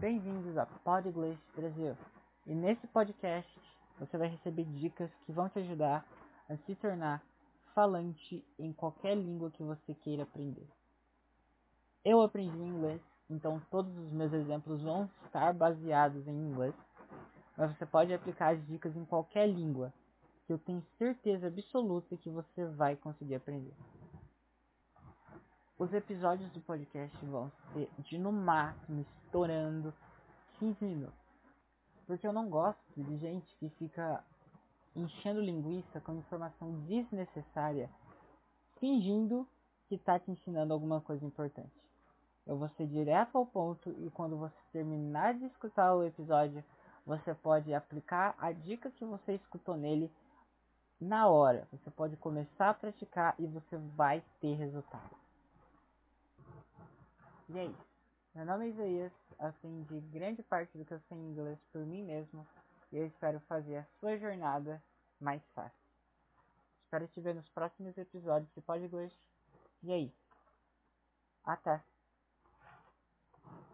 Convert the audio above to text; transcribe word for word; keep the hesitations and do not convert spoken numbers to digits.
Bem-vindos a Podglitch Brasil. E nesse podcast você vai receber dicas que vão te ajudar a se tornar falante em qualquer língua que você queira aprender. Eu aprendi inglês, então todos os meus exemplos vão estar baseados em inglês, mas você pode aplicar as dicas em qualquer língua, que eu tenho certeza absoluta que você vai conseguir aprender. Os episódios do podcast vão ser de, no máximo, estourando quinze minutos. Porque eu não gosto de gente que fica enchendo linguiça com informação desnecessária, fingindo que está te ensinando alguma coisa importante. Eu vou ser direto ao ponto e quando você terminar de escutar o episódio, você pode aplicar a dica que você escutou nele na hora. Você pode começar a praticar e você vai ter resultado. E é isso. Meu nome é Isaías, aprendi grande parte do que eu sei em inglês por mim mesmo e eu espero fazer a sua jornada mais fácil. Espero te ver nos próximos episódios de Podglitch. E é isso. Até!